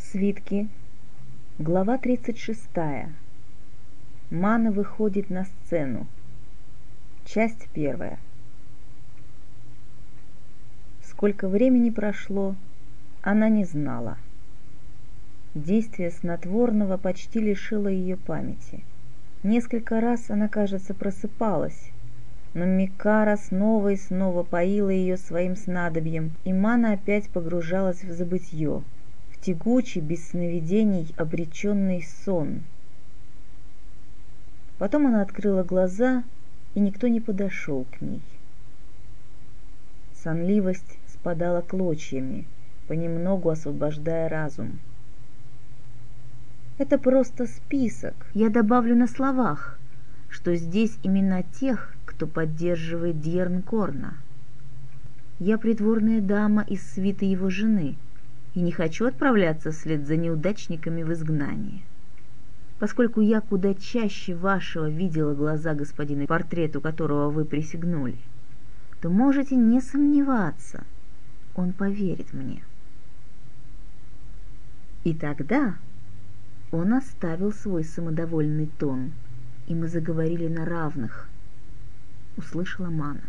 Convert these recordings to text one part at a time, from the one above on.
Свитки. Глава 36. Мана выходит на сцену. Часть 1. Сколько времени прошло, она не знала. Действие снотворного почти лишило ее памяти. Несколько раз она, кажется, просыпалась, но Микара снова и снова поила ее своим снадобьем, и Мана опять погружалась в забытье, в тягучий, без сновидений, обреченный сон. Потом она открыла глаза, и никто не подошел к ней. Сонливость спадала клочьями, понемногу освобождая разум. Это просто список. Я добавлю на словах, что здесь имена тех, кто поддерживает Дьернкорна. Я придворная дама из свиты его жены, и не хочу отправляться вслед за неудачниками в изгнание. Поскольку я куда чаще вашего видела глаза господина, портрету которого вы присягнули, то можете не сомневаться, он поверит мне. И тогда он оставил свой самодовольный тон, и мы заговорили на равных, услышала Мана.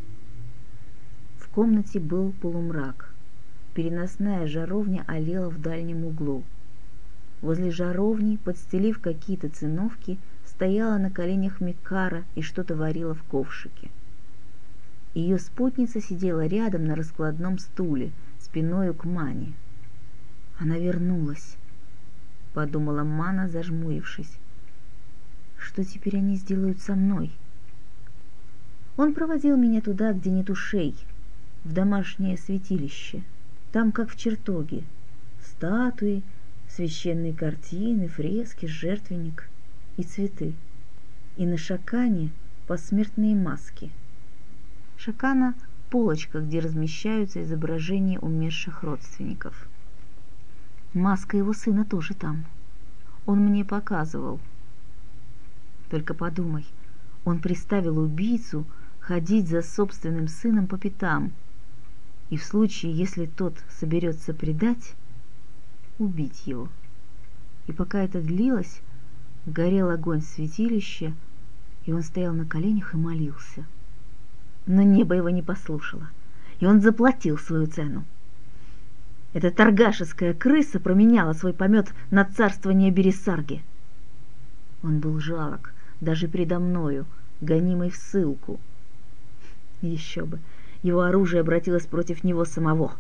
В комнате был полумрак. Переносная жаровня олела в дальнем углу. Возле жаровни, подстелив какие-то циновки, стояла на коленях Микара и что-то варила в ковшике. Ее спутница сидела рядом на раскладном стуле, спиною к Мане. «Она вернулась», — подумала Мана, зажмурившись. «Что теперь они сделают со мной?» Он проводил меня туда, где нет ушей, в домашнее святилище. Там, как в чертоге, статуи, священные картины, фрески, жертвенник и цветы. И на шакане посмертные маски. Шакана — полочка, где размещаются изображения умерших родственников. Маска его сына тоже там. Он мне показывал. Только подумай, он приставил убийцу ходить за собственным сыном по пятам, и в случае, если тот соберется предать, убить его. И пока это длилось, горел огонь святилища, и он стоял на коленях и молился. Но небо его не послушало, и он заплатил свою цену. Эта торгашеская крыса променяла свой помет на царствование Бересарги. Он был жалок даже предо мною, гонимый в ссылку. Еще бы, его оружие обратилось против него самого.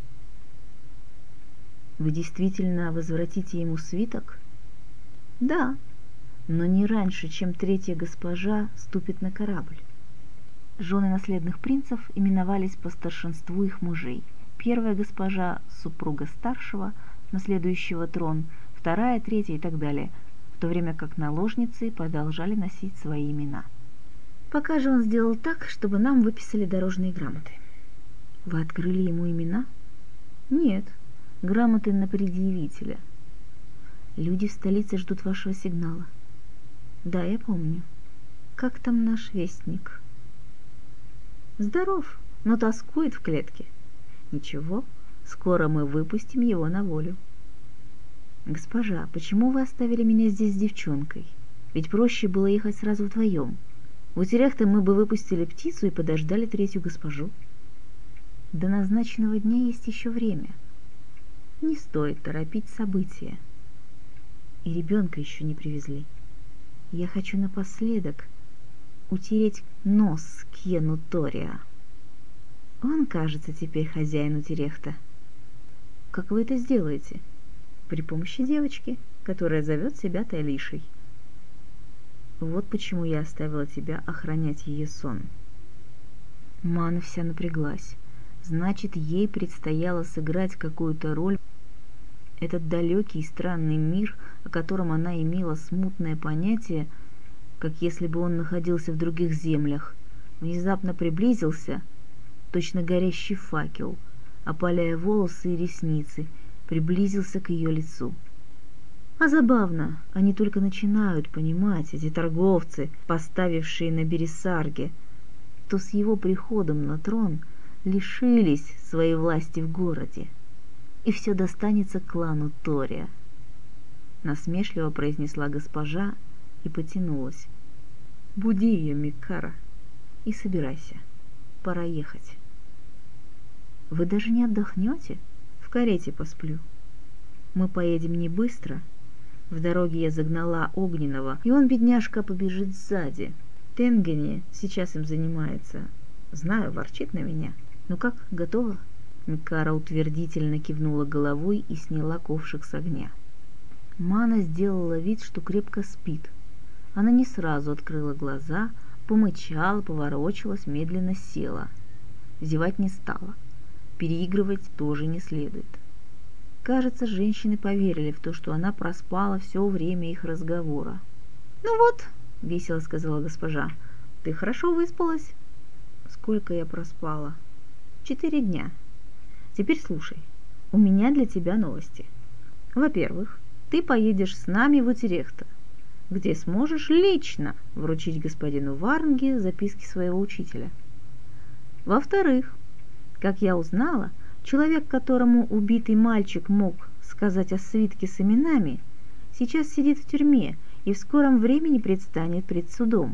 Вы действительно возвратите ему свиток? Да, но не раньше, чем третья госпожа ступит на корабль. Жены наследных принцев именовались по старшинству их мужей. Первая госпожа — супруга старшего, наследующего трон, вторая, третья и так далее, в то время как наложницы продолжали носить свои имена. Пока же он сделал так, чтобы нам выписали дорожные грамоты. Вы открыли ему имена? Нет, грамоты на предъявителя. Люди в столице ждут вашего сигнала. Да, я помню. Как там наш вестник? Здоров, но тоскует в клетке. Ничего, скоро мы выпустим его на волю. Госпожа, почему вы оставили меня здесь с девчонкой? Ведь проще было ехать сразу вдвоем. В Утерехте мы бы выпустили птицу и подождали третью госпожу. До назначенного дня есть еще время. Не стоит торопить события. И ребенка еще не привезли. Я хочу напоследок утереть нос Кьену Ториа. Он, кажется, теперь хозяин Утерехта. Как вы это сделаете? При помощи девочки, которая зовет себя Талишей. Вот почему я оставила тебя охранять ее сон. Мана вся напряглась. Значит, ей предстояло сыграть какую-то роль. Этот далекий и странный мир, о котором она имела смутное понятие, как если бы он находился в других землях, внезапно приблизился, точно горящий факел, опаляя волосы и ресницы, приблизился к ее лицу. А забавно, они только начинают понимать, эти торговцы, поставившие на Бересарге, то с его приходом на трон лишились своей власти в городе, и все достанется клану Тория. насмешливо произнесла госпожа и потянулась. «Буди ее, Миккара, и собирайся. Пора ехать». «Вы даже не отдохнете? В карете посплю. Мы поедем не быстро. В дороге я загнала Огненного, и он, бедняжка, побежит сзади. Тенгени сейчас им занимается. Знаю, ворчит на меня. Ну как, готово?» Миккара утвердительно кивнула головой и сняла ковшик с огня. Мана сделала вид, что крепко спит. Она не сразу открыла глаза, помычала, поворочилась, медленно села. Зевать не стала. Переигрывать тоже не следует. Кажется, женщины поверили в то, что она проспала все время их разговора. «Ну вот», — весело сказала госпожа, — «ты хорошо выспалась». «Сколько я проспала?» 4 дня. Теперь слушай, у меня для тебя новости. Во-первых, ты поедешь с нами в Утерехте, где сможешь лично вручить господину Варнге записки своего учителя. Во-вторых, как я узнала, человек, которому убитый мальчик мог сказать о свитке с именами, сейчас сидит в тюрьме и в скором времени предстанет пред судом.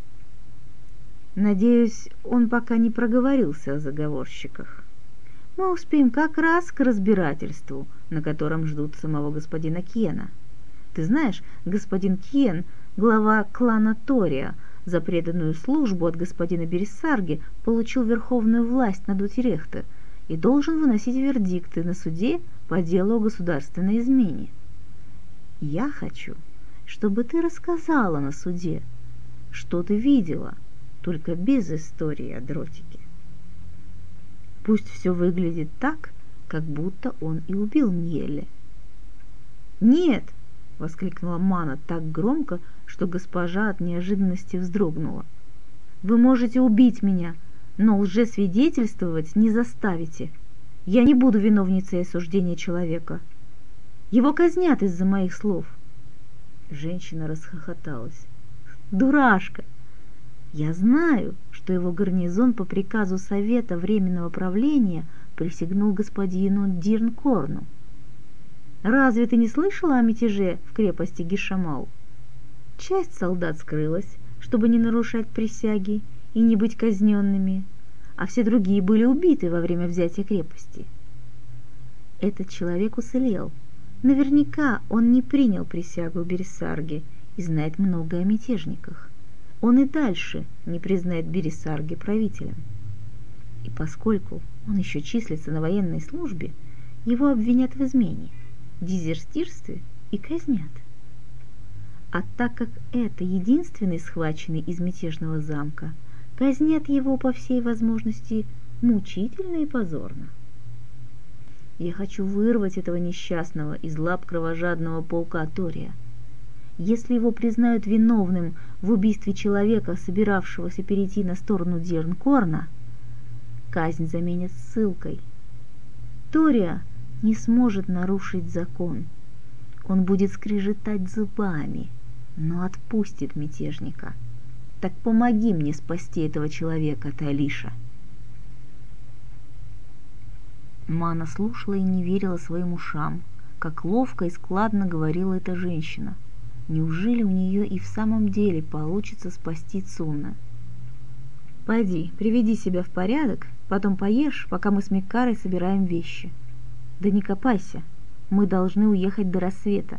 Надеюсь, он пока не проговорился о заговорщиках. Мы успеем как раз к разбирательству, на котором ждут самого господина Кьена. Ты знаешь, господин Кьен, глава клана Тория, за преданную службу от господина Бериссарги получил верховную власть над Утерехте и должен выносить вердикты на суде по делу о государственной измене. Я хочу, чтобы ты рассказала на суде, что ты видела, только без истории о дротике. Пусть все выглядит так, как будто он и убил Ньелли. «Нет!» — воскликнула Мана так громко, что госпожа от неожиданности вздрогнула. «Вы можете убить меня, но лжесвидетельствовать не заставите. Я не буду виновницей осуждения человека. Его казнят из-за моих слов». Женщина расхохоталась. «Дурашка! Я знаю, что его гарнизон по приказу Совета Временного правления присягнул господину Дирнкорну. Разве ты не слышала о мятеже в крепости Гишамал? Часть солдат скрылась, чтобы не нарушать присяги и не быть казненными, а все другие были убиты во время взятия крепости. Этот человек уцелел. Наверняка он не принял присягу Бериссарги и знает многое о мятежниках. Он и дальше не признает Бериссарги правителем. И поскольку он еще числится на военной службе, его обвинят в измене, дезертирстве и казнят. А так как это единственный схваченный из мятежного замка, казнят его, по всей возможности, мучительно и позорно. Я хочу вырвать этого несчастного из лап кровожадного паука Тория. Если его признают виновным в убийстве человека, собиравшегося перейти на сторону Дирнкорна, казнь заменят ссылкой. Тория не сможет нарушить закон. Он будет скрежетать зубами, но отпустит мятежника. Так помоги мне спасти этого человека, Талиша. Мана слушала и не верила своим ушам, как ловко и складно говорила эта женщина. Неужели у нее и в самом деле получится спасти Цунна? «Пойди, приведи себя в порядок, потом поешь, пока мы с Миккарой собираем вещи. Да не копайся, мы должны уехать до рассвета».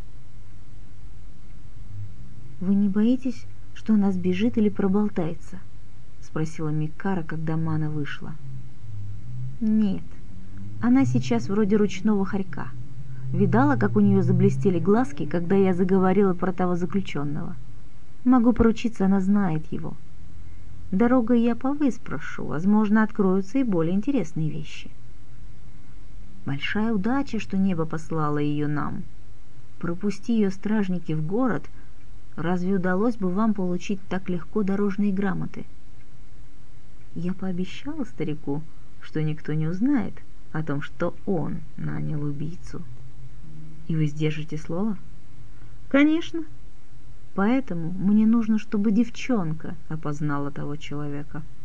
«Вы не боитесь, что она сбежит или проболтается?» — спросила Миккара, когда Мана вышла. «Нет, она сейчас вроде ручного хорька. Видала, как у нее заблестели глазки, когда я заговорила про того заключенного? Могу поручиться, она знает его. Дорогой я повыспрошу, возможно, откроются и более интересные вещи. Большая удача, что небо послало ее нам. Пропусти ее стражники в город, разве удалось бы вам получить так легко дорожные грамоты? Я пообещала старику, что никто не узнает о том, что он нанял убийцу. И вы сдержите слово? Конечно. Поэтому мне нужно, чтобы девчонка опознала того человека.